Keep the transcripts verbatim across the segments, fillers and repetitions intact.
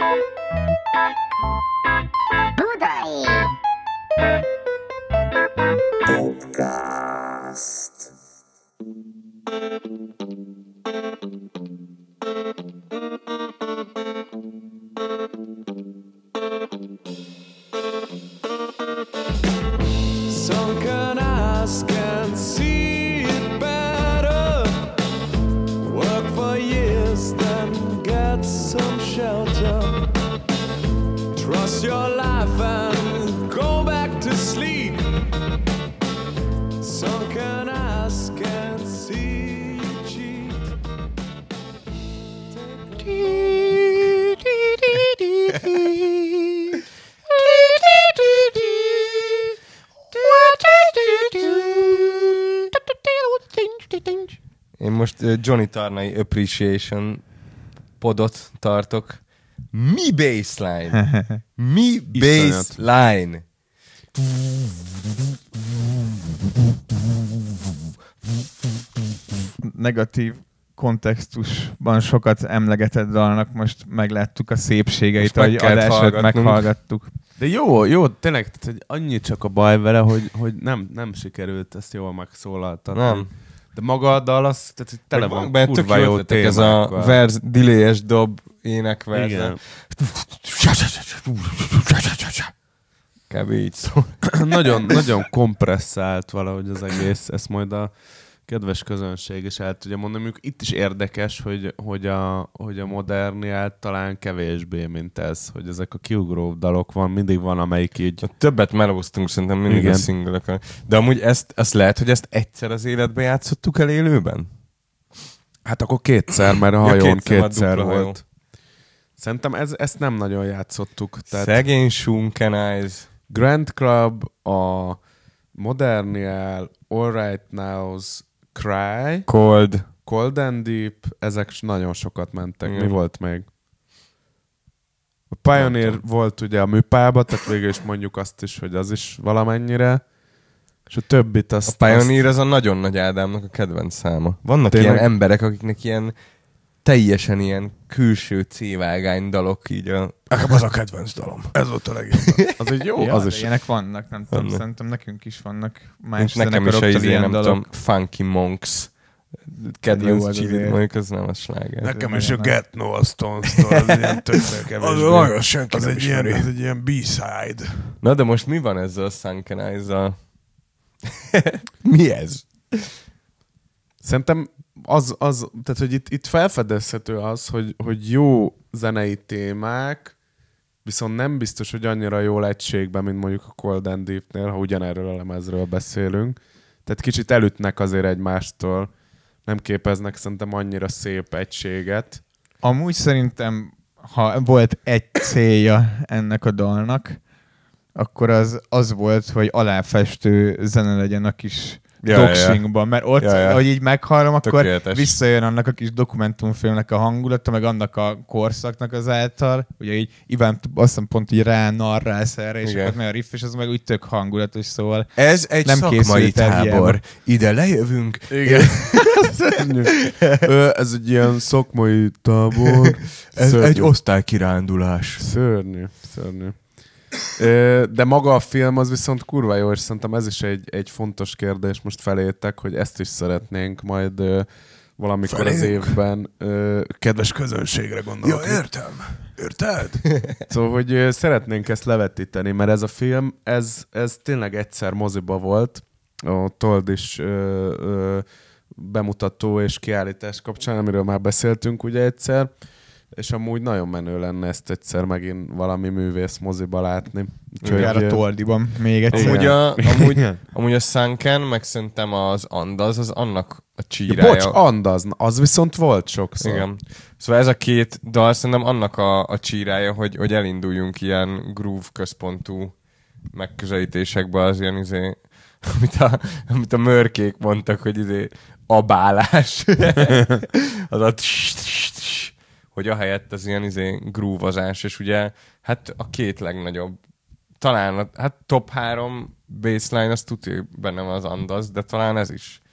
Budai! Podcast. Sunken eyes can see it better. Work for years, then get some shelter. Trust your life and go back to sleep. Sunken eyes can see you cheat. Én most uh, Johnny Tarnai Appreciation podot tartok. Mi baseline? Mi baseline? Negatív kontextusban sokat emlegetett dalnak, most megláttuk a szépségeit, Most meg ahogy kellett adásot hallgatnunk. meghallgattuk. De jó, jó, tényleg, tehát, hogy annyi csak a baj vele, hogy, hogy nem, nem sikerült ezt jól megszólaltatni. Nem. De maga a dal, az, tehát, hogy tele van Benne tök kurva jó jó ötletek, ez a témákkal. verz, delay-es dob énekverze. Igen. Kb. Így szól. nagyon, nagyon kompresszált valahogy az egész, ezt majd a kedves közönség is el tudja mondani. Mondjuk itt is érdekes, hogy, hogy, a, hogy a moderniát talán kevésbé, mint ez, hogy ezek a kiugró dalok van, mindig van, amelyik így... Többet melóztunk szerintem mindig Igen. a szingleokon. De amúgy ezt, ezt lehet, hogy ezt egyszer az életben játszottuk el élőben? Hát akkor kétszer, mert a Ja, hajón kétszer, a kétszer dupla hajó. volt. Szerintem ez, ezt nem nagyon játszottuk. Tehát Szegény Sunken Eyes. Grand Club, a Modernial, All Right Now's, Cry, Cold. Cold and Deep, ezek nagyon sokat mentek. Igen. Mi volt még? A Pioneer volt ugye a műpába, tehát végül is mondjuk azt is, hogy az is valamennyire. És a többit azt... A Pioneer az a nagyon nagy Ádámnak a kedvenc száma. Vannak Tényleg? ilyen emberek, akiknek ilyen teljesen ilyen külső C-vágány dalok így a... Nekem az a kedvenc dalom. Ez volt a legjobb. Az egy jó, Ja, az de is. ilyenek vannak, nem tudom, Vannak. szerintem nekünk is vannak És más nekem is a zenekaroktól izé, ilyen nem dalok. tudom, Funky Monks kedvenc Jó, az csilit, azért. mondjuk az nem a sláger. Nekem Ez is a nem. Get No a Stones-tól, az ilyen tökre kevésbé. Az nagyon senki az nem egy, ilyen, ismeri. az egy ilyen B-side. Na de most mi van ezzel a Sunken Eyes-zal? Mi ez? Szerintem az, az tehát, hogy itt, itt felfedezhető az, hogy, hogy jó zenei témák, viszont nem biztos, hogy annyira jól egységben, mint mondjuk a Cold and Deep-nél, ha ugyanerről a lemezről beszélünk. Tehát kicsit elütnek azért egymástól, nem képeznek szerintem annyira szép egységet. Amúgy szerintem, ha volt egy célja ennek a dalnak, akkor az, az volt, hogy aláfestő zene legyen a kis Ja, doxingban, mert ott, Ja, ja. ahogy így meghallom, akkor Tökéletes. visszajön annak a kis dokumentumfilmnek a hangulata, meg annak a korszaknak az által. Ugye így Iván azt hiszem pont így rá narrálsz erre, és Igen. akkor megy a riff, és az meg úgy tök hangulatos, szóval Ez egy Nem szakmai készült el tábor. hiába. Ide lejövünk. Igen. Ö, Ez egy ilyen szakmai tábor. Ez Szörnyű. egy osztálykirándulás. Szörnyű, szörnyű. Ö, De maga a film az viszont kurva jó, és szerintem ez is egy, egy fontos kérdés most felétek, hogy ezt is szeretnénk majd ö, valamikor az Felénk? évben. Ö, kedves közönségre gondolok. Ja, értem. Érted? Szóval, hogy ö, szeretnénk ezt levetíteni, mert ez a film, ez, ez tényleg egyszer moziba volt, a Told is ö, ö, bemutató és kiállítás kapcsán, amiről már beszéltünk ugye egyszer, és amúgy nagyon menő lenne ezt egyszer megint valami művész moziba látni. akár a ö, Toldiban még egyszer. Amúgy a, amúgy, Igen. amúgy a Sunken, meg szerintem az Andaz, az annak a Ja, csírája. bocs, Andaz, az viszont volt sokszor. Igen. Szóval ez a két dal szerintem annak a, a csírája, hogy, hogy elinduljunk ilyen groove központú megközelítésekbe az ilyen izé, amit a, amit a mörkék mondtak, hogy izé abálás. az a tss, tss, tss, hogy ahelyett az ilyen izé groove-ozás, és ugye hát a két legnagyobb, talán a, hát top három baseline, az tudja benne van az Andaz, de talán ez is.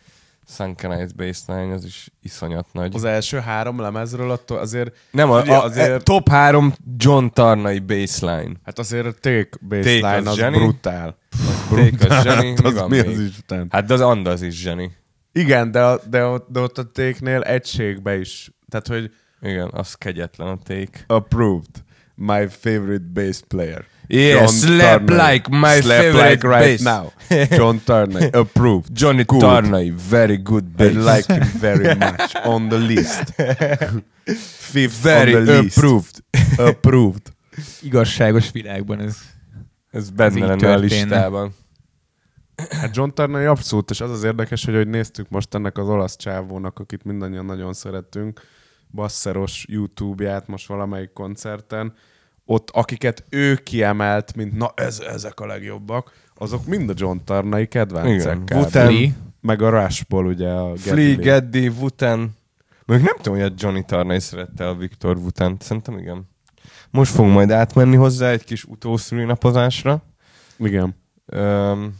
Sunken Eyes bassline, az is iszonyat nagy. Az első három lemezről attól azért... Nem, a, ugye a, azért- a top három John Tarnai bassline. Hát azért a Take bassline Take az, az az zseni. brutál. Take az zseni, mi az van mi még? az Isten? Hát de az Andaz is zseni. Igen, de, a, de, ott, de ott a Take-nél egységbe is. Tehát, hogy Igen, az kegyetlen a Take. approved. My favorite bass player. Yeah, John slap Turner. like my Slap favorite like right bass. now. John Turner. Approved. Johnny Good. Tarnai, very good bass. I like him very much. On the list. Fifth very on the list. approved. Approved. Igazságos világban ez. Ez benne így lenne a történne. listában. Hát John Turner abszolút, és az az érdekes, hogy, hogy néztük most ennek az olasz csávónak, akit mindannyian nagyon szeretünk, basszeros YouTube-ját most valamelyik koncerten, ott akiket ő kiemelt, mint na ez, ezek a legjobbak, azok mind a John Turnai kedvencek. Igen. kb. Wu-Tang. Meg a Rushból ugye a Flea, Geddy. Geddy, Wu-Tang. Még nem tudom, hogy a Johnny Tarnai szerette a Viktor Wu-Tangt. Szerintem igen. Most fogunk majd átmenni hozzá egy kis utószülinapozásra. Igen. Um,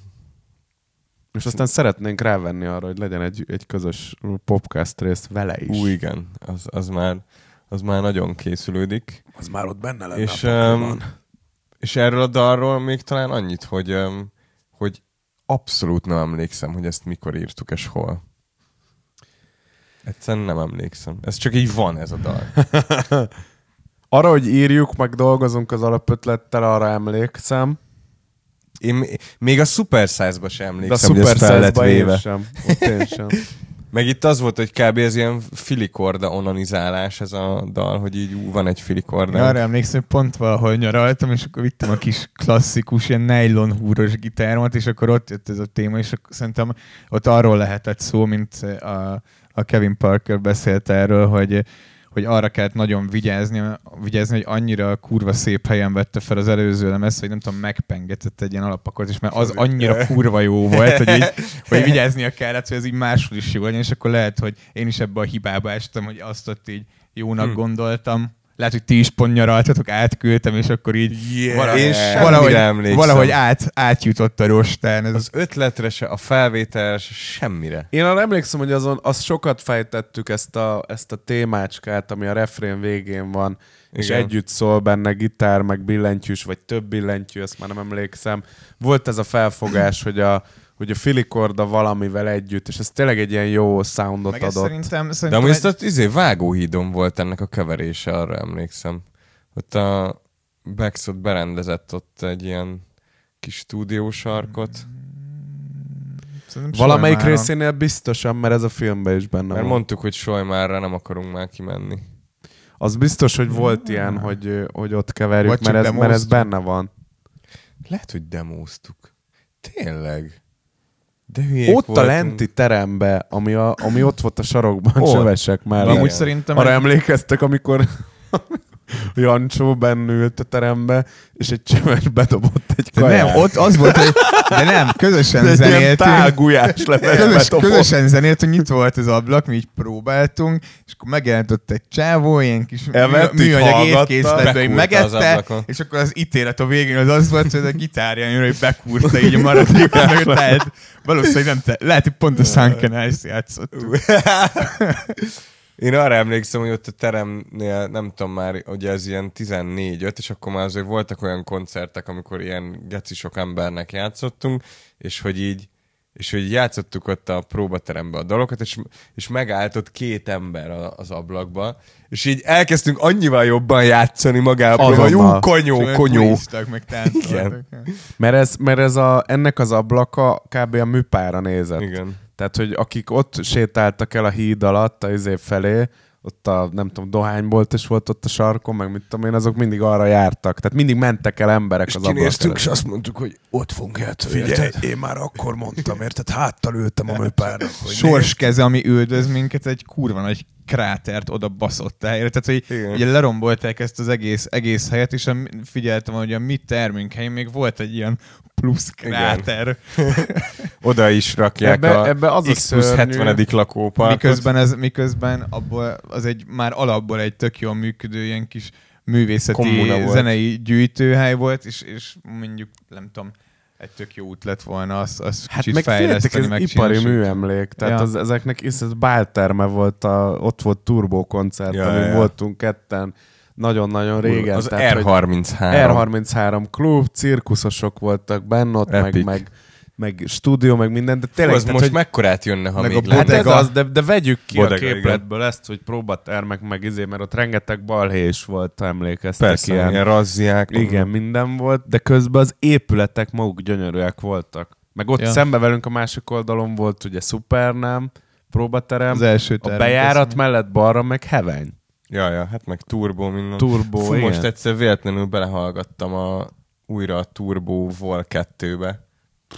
És aztán szeretnénk rávenni arra, hogy legyen egy, egy közös podcast rész vele is. ú, igen. Az, az, már, az már nagyon készülődik. Az már ott benne lenne És, a pakliban. um, és erről a dalról még talán annyit, hogy, um, hogy abszolút nem emlékszem, hogy ezt mikor írtuk és hol. Egyszerűen nem emlékszem. Ez csak így van, ez a dal. Arra, hogy írjuk, meg dolgozunk az alapötlettel, arra emlékszem. Én még a Super Size-ba sem De a emlékszem, hogy ez Super fel lett Size-ba én véve. sem. Ott én sem. Meg itt az volt, hogy kb. Ez ilyen filikorda onanizálás ez a dal, hogy így ú, van egy filikorda. Arra emlékszem, hogy pont valahol nyaraltam, és akkor vittem a kis klasszikus, ilyen nylon húros gitáromat, és akkor ott jött ez a téma, és akkor szerintem ott arról lehetett szó, mint a, a Kevin Parker beszélt erről, hogy hogy arra kellett nagyon vigyázni, vigyázni, hogy annyira kurva szép helyen vette fel az előző lemez, hogy nem tudom, megpengetett egy ilyen alapakot, és mert az annyira kurva jó volt, hogy, így, hogy vigyáznia kellett, hogy ez így máshol is jó legyen, és akkor lehet, hogy én is ebbe a hibába estem, hogy azt ott így jónak Hm. gondoltam. Lehet, hogy ti is pont nyaraltatok, átküldtem, és akkor így Yeah. valahogy, Én semmire valahogy, emlékszem. valahogy át, átjutott a rostán. Ez Az ötletre se, a felvételre se, semmire. Én arra emlékszem, hogy azon az sokat fejtettük ezt a, ezt a témácskát, ami a refrén végén van, és Igen. együtt szól benne gitár, meg billentyűs, vagy több billentyű, ezt már nem emlékszem. Volt ez a felfogás, hogy a, hogy a filikorda valamivel együtt, és ez tényleg egy ilyen jó soundot meg ez adott. szerintem, De szerintem amúgy egy... ezt az izé, vágóhídon volt ennek a keverése, arra emlékszem. Ott a Bex ott berendezett ott egy ilyen kis stúdiósarkot. szerintem Valamelyik Solymáron. részénél biztosan, mert ez a filmben is benne Mert van. mondtuk, hogy Solymárra nem akarunk már kimenni. Az biztos, hogy volt ilyen, hogy, hogy ott keverjük, Vagy csak mert ez, mert ez demóztuk. benne van. Lehet, hogy demóztuk. Tényleg. De hülyék Ott a voltunk. lenti terembe, ami, a, ami ott volt a sarokban, Ott. csövesek már. Amúgy szerintem Arra egy- emlékeztek, amikor Jancsó bennült a terembe, és egy csöves bedobott egy De kaját. nem, ott az volt, hogy de nem, közösen egy ilyen zenéltünk. tálgulyás leves Közös, bedobott. közösen zenéltünk, nyitva volt az ablak, mi így próbáltunk, és akkor megjelent ott egy csávó, ilyen kis Elvett, így műanyag hallgatta, étkészletbe, így bekúrta az megette, ablakon. és akkor az ítélet a végén az az volt, hogy a gitárján jön, hogy bekúrta így a maradékot, meg tehát valószínűleg nem te, lehet, hogy pont a Sunken Eyes játszottuk. Én arra emlékszem, hogy ott a teremnél, nem tudom már, ugye ez ilyen tizennégy öt, és akkor már azért voltak olyan koncertek, amikor ilyen geci sok embernek játszottunk, és hogy így, és hogy játszottuk ott a próbaterembe a dalokat, és, és megállt ott két ember a- az ablakba, és így elkezdtünk annyival jobban játszani magába, hogy Azonnal. ú, konyó, konyó. Pulisztak, meg táncoltak. Mert, ez, mert ez a, ennek az ablaka kb. A műpára nézett. Igen. Tehát, hogy akik ott sétáltak el a híd alatt, a izé felé, ott a, nem tudom, dohánybolt is volt ott a sarkon, meg mit tudom én, azok mindig arra jártak. Tehát mindig mentek el emberek És az ablak kinéztünk, előtt. és azt mondtuk, hogy ott fogunk játszani. Figyelj. Érted? Én már akkor mondtam, érted? Háttal ültem a műpárnak. Hogy Sors keze, ami üldöz minket, egy kurva nagy krátert oda baszott el. Tehát, hogy Igen. ugye lerombolták ezt az egész, egész helyet, és a, figyeltem, hogy a mi termünk helyén még volt egy ilyen plusz kráter. Oda is rakják Ebbe- a ebbe az a X plusz szörnyű- hetvenedik lakóparkot. Miközben, ez, miközben abból az egy már alapból egy tök jól működő ilyen kis művészeti, Kommuna volt. zenei gyűjtőhely volt, és, és mondjuk, nem tudom, egy tök jó út lett volna, azt, azt Hát kicsit meg fejleszteni, féltek, ez megcsinálni. ipari műemlék, tehát Ja. az, ezeknek is ez bálterme volt, a, ott volt Turbo koncert, Ja, amin ja. voltunk ketten nagyon-nagyon régen. Az tehát, er hogy harminchárom. er harminchárom klub, cirkuszosok voltak benne ott, meg, Epic. meg, meg stúdió, meg minden, de Fú, tényleg, az tehát, most hogy mekkorát jönne, ha meg még a hát lenne. ez bodega. az, de, de vegyük ki Bodega, a képletből ezt, hogy próbatermek meg izé, mert ott rengeteg balhés volt, ha emlékeztek. Persze, ilyen. ilyen razziák. Igen, minden volt, de közben az épületek maguk gyönyörűek voltak. Meg ott Ja. ja. szembe velünk a másik oldalon volt ugye Supernám, próbaterem, Az első a terem, bejárat köszönöm. mellett balra meg Heveny. Ja, ja, hát meg Turbo minden. Turbo, Fú, igen. most egyszer véletlenül belehallgattam a, újra a Turbo Vol kettőbe.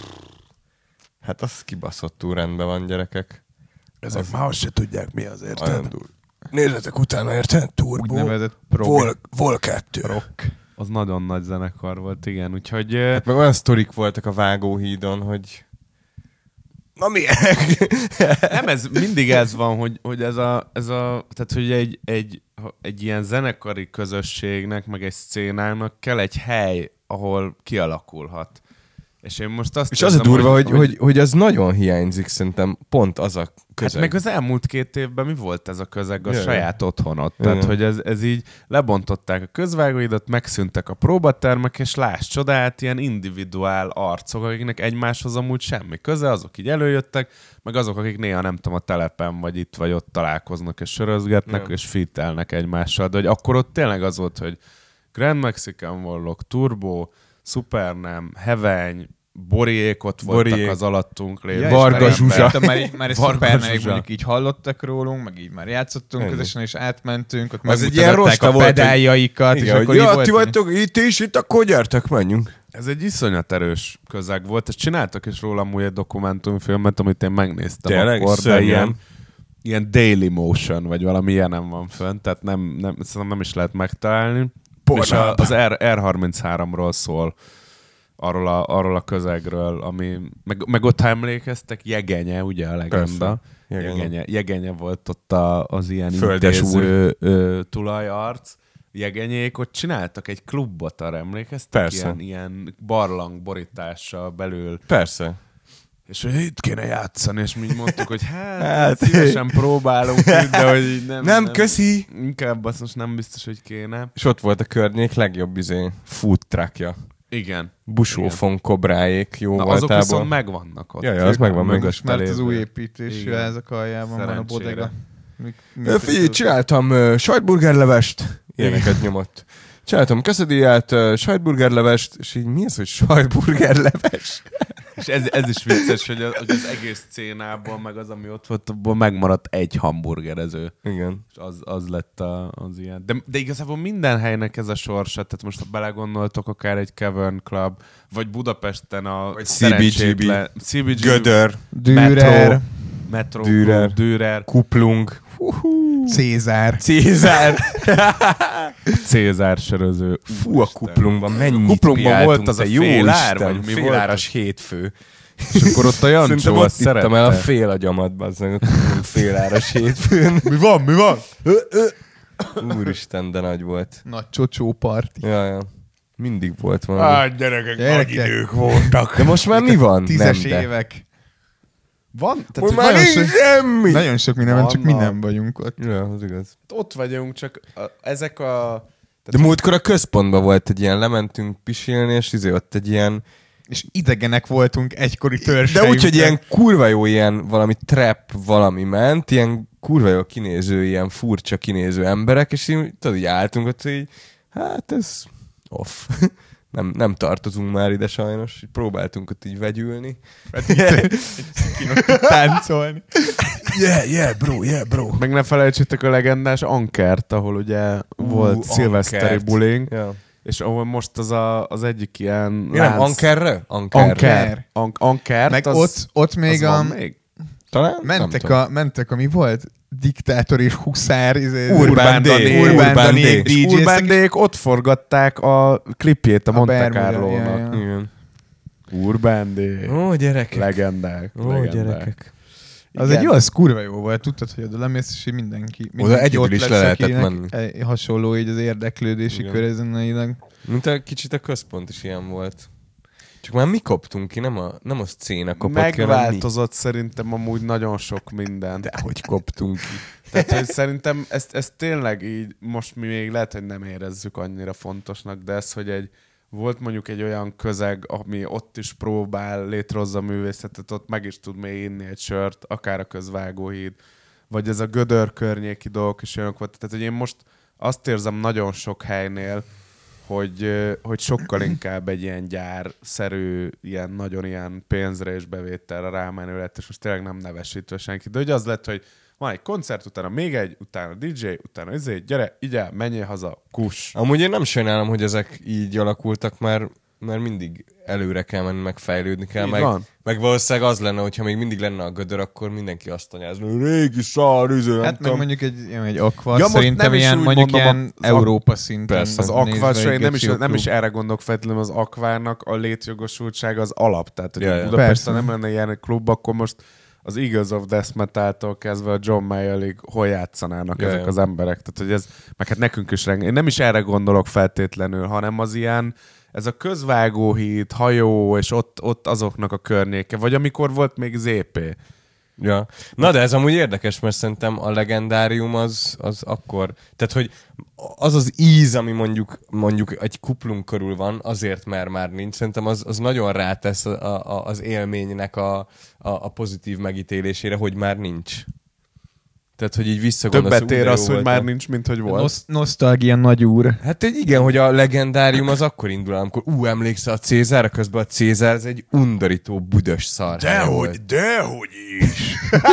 Hát az kibaszottul rendben van, gyerekek. Ezek Az- már azt se tudják, mi az, Olyan érted? dur- Nézzetek utána, érted? Turbo, Úgynevezett prog. Vol, Vol kettő. rock. Az nagyon nagy zenekar volt, igen. Úgyhogy ö, Hát meg olyan sztorik voltak a Vágóhídon, hogy... Na milyenek? nem ez, mindig ez van, hogy, hogy ez a, ez a, tehát hogy egy, egy, egy ilyen zenekari közösségnek, meg egy szcénának kell egy hely, ahol kialakulhat. És én most azt És az a érzem, durva, hogy, hogy, hogy az nagyon hiányzik szerintem, pont az a Hát közeg. meg az elmúlt két évben mi volt ez a közeg, a Jaj, saját otthonod. Jaj. Tehát, hogy ez, ez így lebontották a közvágóidat, megszűntek a próbatermek, és láss csodát, ilyen individuál arcok, akiknek egymáshoz amúgy semmi köze, azok így előjöttek, meg azok, akik néha nem tudom, a telepen vagy itt vagy ott találkoznak és sörözgetnek, Jaj. és fittelnek egymással. De hogy akkor ott tényleg az volt, hogy Grand Mexican Warlock, Turbo, Supernám, Heveny, Boriék ott voltak Boriék. az alattunk lévő. Ja, Varga és Zsuzsa. Már, már, így- már egy Varga szupernevék Zsuzsa. mondjuk így hallottak rólunk, meg így már játszottunk Ennyi. közösen, és átmentünk, ott Az egy ilyen megmutatták rosta a volt, hogy- pedáljaikat, és Igen, akkor hogy így ja, volt, ti hogy- vagytok itt és itt, akkor gyertek, menjünk. Ez egy iszonyat erős közeg volt, és csináltak is róla amúgy egy dokumentumfilmet, amit én megnéztem Tényleg? akkor, de Szörnyen. ilyen, ilyen Daily Motion, vagy valami ilyenem van fönn, tehát nem, nem, szerintem nem is lehet megtalálni. És a, az R, er harminchárom-ról szól, arról a, arról a közegről, ami, meg, meg ott ha emlékeztek, Jegenye, ugye a legenda. Jegenye. Jegenye, Jegenye volt ott a, az ilyen Földes intéző ö, tulajarc. Jegenyék ott csináltak egy klubot, arra emlékeztek? Persze. Ilyen, ilyen barlang borítással belül. Persze. És hogy itt kéne játszani, és mi így mondtuk, hogy hát, Hát. hát szívesen próbálunk, itt, de hogy így nem, Nem, köszi. Inkább azt most nem biztos, hogy kéne. És ott volt a környék legjobb izé, food truckja. Igen. Busófon kobráék, jó Na, azok voltából. viszont megvannak ott. Ja, ja, az megvan, meg most már az lévő. új építésű Igen. házak aljában van a Szerencsére. bodega. Mi, mi Ö, Figyelj, csináltam uh, sajtburgerlevest, ilyeneket nyomott. Csináltam quesadillát, uh, sajtburgerlevest, és így mi az, hogy sajtburgerleves? És ez, ez is vicces, hogy az, hogy az egész szcénából, meg az, ami ott volt, abból megmaradt egy hamburgerező. Igen. És az, az lett a, az ilyen. De, de igazából minden helynek ez a sorsa, tehát most ha belegondoltok, akár egy Cavern Club, vagy Budapesten a Vagy cé bé gé bé, szerencsétlen- cé bé gé bé, Gödör, Dürer, Metro, Dürer. Dürer, Kuplung, Cézár. Cézár. Cézár söröző. Fú, a Kuplungban mennyit Kuplungban piáltunk, volt az te a jó félár, Isten, vagy mi féláras hétfő. És akkor ott a Jancsó Szerintem azt ott ittam el a szerette. fél agyamat, bazzeg, a Kuplung féláras hétfőn. Mi van, mi van? Úristen, de nagy volt. Nagy csocsó parti. Ja, ja. Mindig volt valami. Hát gyerekek, Gyerekek. nagy idők voltak. De most már mi van? Tízes Nem, de. évek. Van? Tehát, Most hogy már nagyon nincs sok- semmi! Nagyon sok minden van, csak mi Vannak. nem vagyunk ott. Ja, az igaz. ott vagyunk, csak a, ezek a... De múltkor a központban volt egy ilyen, lementünk pisilni, és izé ott egy ilyen, És idegenek voltunk egykori de törzseinkben. úgy, hogy ilyen kurva jó ilyen valami trap valami ment, ilyen kurva jó kinéző, ilyen furcsa kinéző emberek, és így, tudod, így álltunk ott, hogy így, hát ez off. Nem, nem tartozunk már ide sajnos, próbáltunk ott így vegyülni. táncolni. Yeah, yeah, bro, yeah, bro. Meg ne felejtsétek a legendás Ankert, ahol ugye volt szilveszteri Ankert. buling, Ja. és ahol most az a, az egyik ilyen Mi nem, Ankerre? Anker. Anker. An- Ankert, Meg az, ott, ott még az a... van még? Talán? Mentek, Nem a, mentek a mi volt? Diktátor és huszár. Izé, Urbán D. Urbán Urbán Danék D. És dé jéztek, Urbandék ott forgatták a klipjét a, A Monte Bermuda, Carlo-nak. ja, ja. Igen. Urbandék. Ó, gyerekek. Legendák. Ó, legendák. gyerekek. Az egy jó, az kurva jó volt. Tudtad, hogy oda lemész, és így mindenki, mindenki egyedül ott is lesz, le lehetett akinek menni. egy hasonló így az érdeklődési Igen. kör zeneileg. Mint a kicsit a központ is ilyen volt. Csak már mi koptunk ki, nem a, nem a szcéna kopott ki, hanem mi. Megváltozott szerintem amúgy nagyon sok minden. De hogy koptunk ki. Tehát, hogy szerintem ezt, ezt tényleg így, most mi még lehet, hogy nem érezzük annyira fontosnak, de ez, hogy egy, volt mondjuk egy olyan közeg, ami ott is próbál létrehozni a művészetet, ott meg is tud még inni egy sört, akár a Közvágóhíd, vagy ez a Gödör környéki dolgok is olyanok volt. Tehát, hogy én most azt érzem nagyon sok helynél, hogy, hogy sokkal inkább egy ilyen gyárszerű, ilyen nagyon ilyen pénzre és bevételre rámenő lett, és most tényleg nem nevesítve senki. De hogy az lett, hogy van egy koncert, utána még egy, utána dé dzsé, utána izé, gyere, igyál, menjél haza, kus. Amúgy én nem sajnálom, hogy ezek így alakultak, mert, mert mindig előre kell menni, meg fejlődni kell, meg, meg valószínűleg az lenne, hogyha még mindig lenne a Gödör, akkor mindenki azt anyázna, régi szár, izé, hát meg mondjuk egy, egy Aqua, ja, szerintem ilyen, mondjuk ilyen az Európa szinten. Persze, az Aqua, én nem is, nem is erre gondolok feltétlenül, az Aquának a létjogosultság az alap. Tehát, hogy ja, Budapesten nem lenne ilyen klub, akkor most az Eagles of Death Metal-tól kezdve a John Mayer-ig hol játszanának ja, ezek ja. az emberek. Tehát, hogy ez, meg hát nekünk is rengeteg. Én nem is erre gondolok feltétlenül, hanem az ilyen, ez a Közvágóhíd, hajó, és ott, ott azoknak a környéke. Vagy amikor volt még zé pé. Ja. Na de ez amúgy érdekes, mert szerintem a legendárium az, az akkor... Tehát, hogy az az íz, ami mondjuk, mondjuk egy kuplunk körül van, azért, mert már nincs, szerintem az, az nagyon rátesz a, a, az élménynek a, a, a pozitív megítélésére, hogy már nincs. Tehát, hogy így visszagondolsz. Többet ér az, hogy már nincs, mint hogy volt. Nosz- nosztalgia nagy úr. Hát egy igen, hogy a legendárium az akkor indul, amikor ú, emlékszel a Cézárra, közben a Cézár ez egy undorító büdös szar. Dehogy, dehogy is.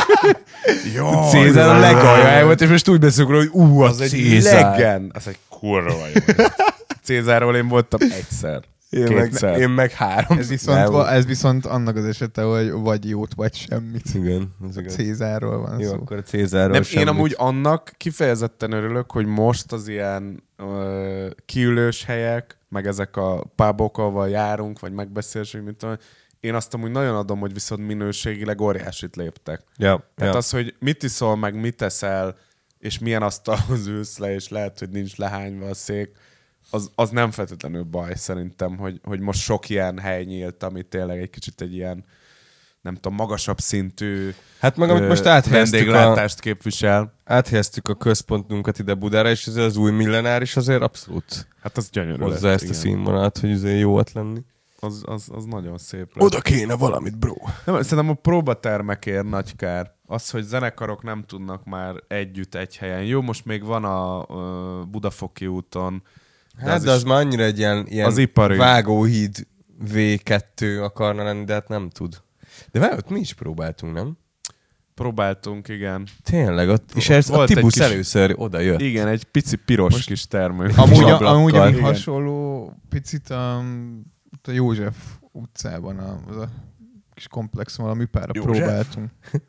Jaj, Cézár a legalja volt, és most úgy beszélünk róla, hogy ú, az egy Cézár. Legen. Az egy kurva jó. Cézárról én voltam egyszer. Én meg, én meg három. Ez viszont, ez viszont annak az esete, hogy vagy jót, vagy semmit. Igen. Ez a Cézárról van jó, szó. akkor a Cézárról nem, semmit. Én amúgy annak kifejezetten örülök, hogy most az ilyen ö, kiülős helyek, meg ezek a pubok, ahol járunk, vagy megbeszélések, mint tudom, én azt amúgy nagyon adom, hogy viszont minőségileg óriásit léptek. Ja, Tehát ja. az, hogy mit iszol, meg mit teszel, és milyen asztalhoz ülsz le, és lehet, hogy nincs lehányva a szék, Az, az nem feltétlenül baj szerintem, hogy, hogy most sok ilyen hely nyílt, ami tényleg egy kicsit egy ilyen, nem tudom, magasabb szintű hát meg amit most áthelyeztük vendéglátást a, képvisel. Áthelyeztük a központunkat ide Budára, és ez az új millenáris azért abszolút hát az gyönyörű hozzá lett, ezt igen. a színvonalat, hogy azért jó ott lenni. Az, az, az nagyon szép lett. Oda kéne valamit, bro. Nem, szerintem a próbatermekért nagy kár. Az, hogy zenekarok nem tudnak már együtt egy helyen. Jó, most még van a uh, Budafoki úton. De hát az de az már annyira egy ilyen, ilyen az ipari Vágóhíd vé kettő akarna lenni, de hát nem tud. De várj, ott mi is próbáltunk, nem? Próbáltunk, igen. Tényleg, ott, és ez a Tibusz kis... először oda jött. Igen, egy pici piros most kis termő. Amúgy, a, amúgy ami hasonló picit a, a József utcában, a, az a kis komplexum, valami műpára József? Próbáltunk.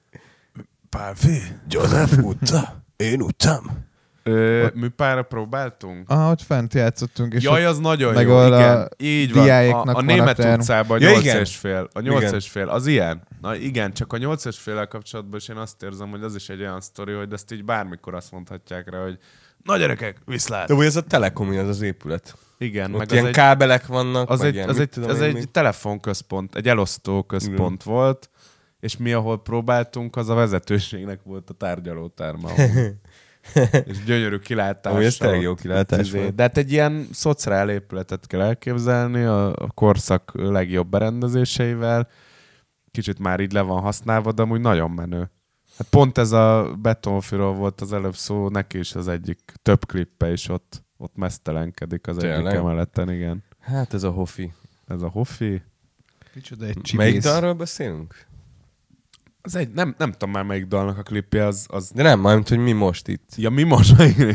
Pálfi, József utca, én utcam. Ö, műpára próbáltunk? Aha, ott fent játszottunk. És jaj, az nagyon meg jó, igen. A így van. A, a Német a utcában a ja, nyolc és fél. A nyolc és fél, az ilyen? Na igen, csak a nyolc és féllel kapcsolatban is én azt érzem, hogy az is egy olyan sztori, hogy ezt így bármikor azt mondhatják rá, hogy na gyerekek, viszlát. De hogy ez a Telekomi, az az épület. Igen. Ott meg ilyen az egy, kábelek vannak. Az egy, ilyen, az egy, tudom az egy még... telefonközpont, egy elosztó központ igen. volt, és mi, ahol próbáltunk, az a vezetőségnek volt a tárgyalóterma. És gyönyörű kilátás. Amúgy ez tényleg jó kilátás volt. De hát egy ilyen szociál épületet kell elképzelni a, a korszak legjobb berendezéseivel. Kicsit már így le van használva, de amúgy nagyon menő. Hát pont ez a betonfiról volt az előbb szó, neki is az egyik több klippe is ott, ott mesztelenkedik az tényleg? Egyik emeleten, igen. Hát ez a Hofi. Ez a Hofi. Micsoda egy csibész. Melyik dalról beszélünk? Az egy, nem, nem tudom már melyik dalnak a klipje, az... az... De nem, mármint, hogy mi most itt. Ja, mi most?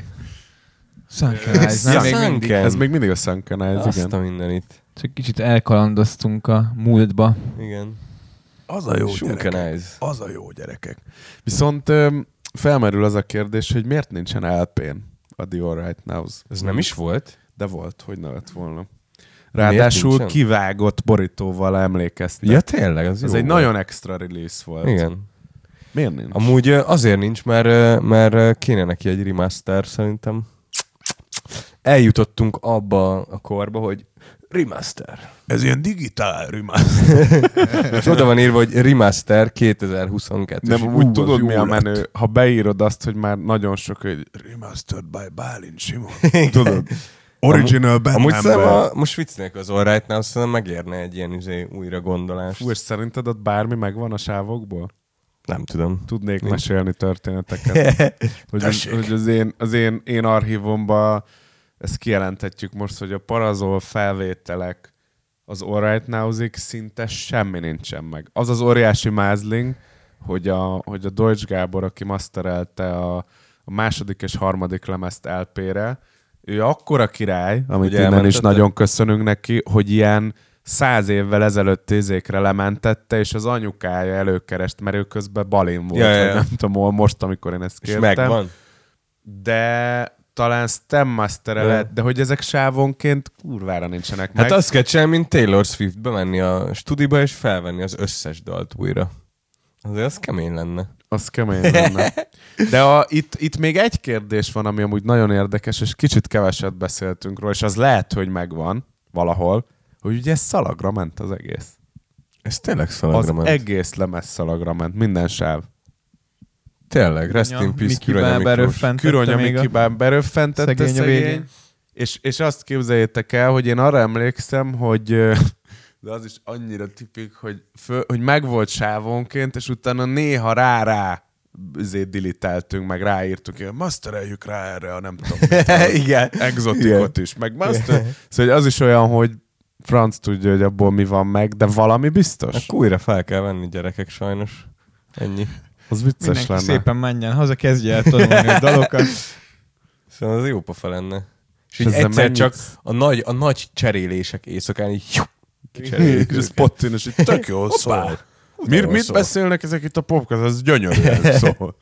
Sunken Eyes. Ja, még mindig, ez még mindig a Sunken Eyes, azt igen. a mindenit. Csak kicsit elkalandoztunk a múltba. Igen. Az a jó Sunken gyerekek. Eyes. Az a jó gyerekek. Viszont öm, felmerül az a kérdés, hogy miért nincsen el pén a The All Right Now-s. Ez nem is volt? De volt, hogy ne lett volna. Ráadásul kivágott borítóval emlékeztek. Ja, tényleg, az Ez jó egy volt. nagyon extra release volt. Igen. Miért nincs? Amúgy azért nincs, mert, mert kéne neki egy remaster szerintem. eljutottunk abba a korba, hogy remaster. Ez ilyen digitál remaster. És oda van írva, hogy remaster kétezer-huszonkettő. Nem, úgy tudod, mi a menő? Ha beírod azt, hogy már nagyon sok, hogy Remastered by Bálint Simon. tudod, Original band Amúgy member. szerintem, a, most viccnek az All Right Now, szerintem megérne egy ilyen izé, újra gondolást. fú, és szerinted ott bármi megvan a sávokból? Nem tudom. Tudnék Nincs. mesélni történeteket. hogy az, hogy az én, az én, én archívomban ezt kijelenthetjük most, hogy a parazol felvételek az All Right Now-zik szinte semmi nincsen meg. Az az óriási mázling, hogy a, hogy a Deutsch Gábor, aki masterelte a, a második és harmadik lemezt el pére, ő akkora király, amit Ugye innen is elmentette? nagyon köszönünk neki, hogy ilyen száz évvel ezelőtt tézékre lementette, és az anyukája előkerest, mert ő közben balin volt, Ja, ja, vagy ja. nem tudom, hol most, amikor én ezt És kértem. megvan. De talán Stem Master-e Ja. lett, de hogy ezek sávonként kurvára nincsenek meg. Hát azt kell csinálni, mint Taylor Swift, bemenni a stúdióba és felvenni az összes dalt újra. Azért az kemény lenne. Az kemény lenne. De a, itt, itt még egy kérdés van, ami amúgy nagyon érdekes, és kicsit keveset beszéltünk róla, és az lehet, hogy megvan valahol, hogy ugye szalagra ment az egész. Ez tényleg Az szalagra ment. egész lemez szalagra ment, minden sáv. Tényleg, rest Ja, in peace, Miki Küronya Miklós. beröffentette Küronya még a- Mikibán beröffentette szegény a szegény, végén. és, és azt képzeljétek el, hogy én arra emlékszem, hogy ö, de az is annyira tipik, hogy, föl, hogy megvolt sávonként, és utána néha rá-rá azért dilitáltunk, meg ráírtuk, hogy mastereljük rá erre a nem tudom, Igen. exotikot is, meg master. Szóval az is olyan, hogy franc tudja, hogy abból mi van meg, de valami biztos. Akkor újra fel kell venni, gyerekek, sajnos. Ennyi. Az vicces Mindenki lenne. szépen menjen haza, kezdje el tanulni a dalokat. Szóval az jó pofa lenne. És És így ezzel egyszer mennyit- csak a nagy, a nagy cserélések éjszakán így És kicseréljük ez őket. pottin, és így tök jól szól. Mir, jól mit szól. beszélnek ezek itt a popkat? Ez gyönyörűen szól.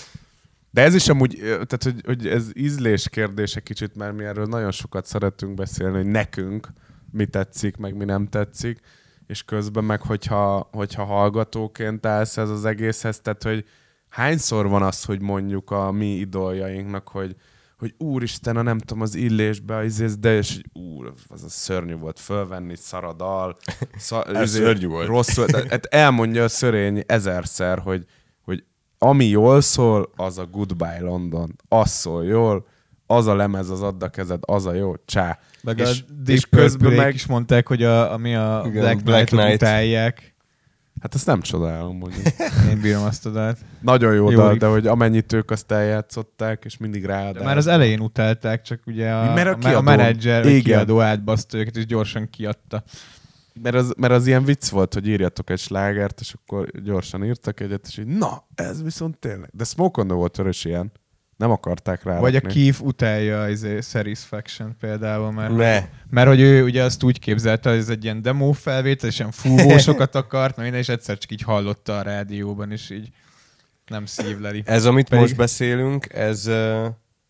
De ez is amúgy, tehát hogy, hogy ez ízlés kérdése kicsit, mert mi erről nagyon sokat szeretünk beszélni, hogy nekünk mi tetszik, meg mi nem tetszik, és közben meg, hogyha, hogyha hallgatóként állsz ez az egészhez, tehát hogy hányszor van az, hogy mondjuk a mi idoljainknak, hogy hogy úristen, a nem tudom, az illésbe, az, de és hogy úr, az a szörnyű volt fölvenni, szaradal. Szar, Ez szörnyű volt. Rosszul, de, hát elmondja a szörény ezerszer, hogy, hogy ami jól szól, az a Goodbye London. Az szól jól, az a lemez, az add a kezed, az a jó, csá. Meg És- a és Deep közben Purple meg- is mondták, hogy a, ami a Igen, Black, Black Knight-ot Knight. utálják. Hát ezt nem csodálom, mondjuk. Én bírom azt a dalt. Nagyon jó, Jó dal, riff. de hogy amennyit ők azt eljátszották, és mindig ráadás. De már az elején utálták, csak ugye a, Mert a a, a kiadó- menedzser, a Igen. kiadó átbaszta őket, és gyorsan kiadta. Mert az, mert az ilyen vicc volt, hogy írjatok egy slágert, és akkor gyorsan írtak egyet, és így, na, ez viszont tényleg. De Smoke on the Water is ilyen. Nem akarták rá. Vagy a Keith utálja az Satisfaction például, mert, Ne. mert hogy ő ugye azt úgy képzelte, hogy ez egy ilyen demo felvétel, és ilyen fúvósokat akart, mert minden, és egyszer csak így hallotta a rádióban, és így nem szívleli. Ez, amit Pedig- most beszélünk, ez, ö,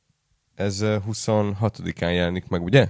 ez ö, huszonhatodikán jelenik meg, ugye?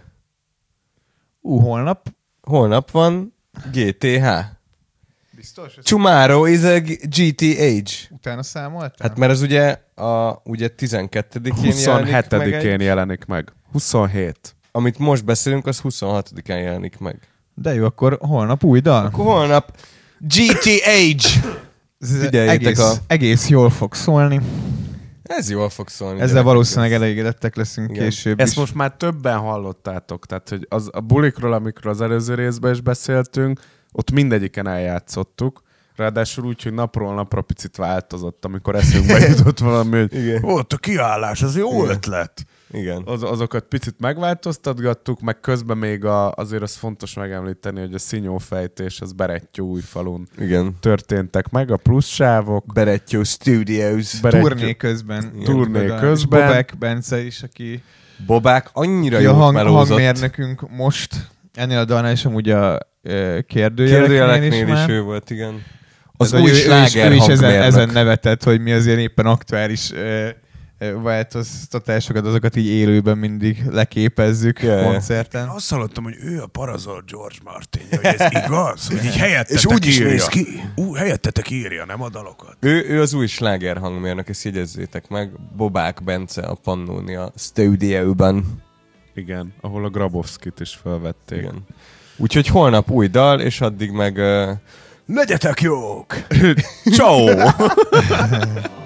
Ú, holnap? Holnap van gé té há. Biztos? Ezt Tomorrow is a gé té age. utána számoltál? Hát mert az ugye, a, ugye tizenkettedikén jelenik meg huszonhetedikén egy, jelenik meg. huszonhét. amit most beszélünk, az huszonhatodikán jelenik meg. De jó, akkor holnap új dal. Akkor holnap gé té age. Ez Figyeljétek egész, a- egész jól fog szólni. Ez jól fog szólni. Ezzel gyerekek. valószínűleg elégedettek leszünk Igen. később Ezt is. most már többen hallottátok. Tehát, hogy az, a bulikról, amikről az előző részben is beszéltünk, ott mindegyiken eljátszottuk. Ráadásul úgy, hogy napról napra picit változott, amikor eszünkbe jutott valami, hogy Igen. Ott a kiállás, az jó Igen. ötlet. Igen. az, azokat picit megváltoztatgattuk, meg közben még a, azért az fontos megemlíteni, hogy a szinyófejtés az Berettyóújfalun Igen. történtek meg, a plusz sávok. Berettyó Studios. Berettyó- Turné közben. Igen. Turné És közben. Bobek Bence is, aki, Bobák annyira aki a jót hang, melózott. hangmérnökünk most. Ennél a dalnál is amúgy a e, kérdőjeleknél, Kérdőjeleknél is, is már. ő volt, igen. Az Ez, új hogy ő, ő is, sláger ő is ezen, hangmérnök. ezen nevetett, hogy mi azért éppen aktuális e, e, változtatásokat, azokat így élőben mindig leképezzük Ja, ja. koncerten. Azt hallottam, hogy ő a parazol George Martin, hogy ez igaz? Hogy így helyettetek És úgy is írja. néz ki. Ú, helyettetek írja, nem a dalokat. Ő, ő az új sláger hangmérnök, ezt jegyezzétek meg. Bobák Bence a Pannonia Studio-ban. Igen, ahol a Grabowskit is felvették. Igen. Úgyhogy holnap új dal, és addig meg uh, legyetek jók! Ciao!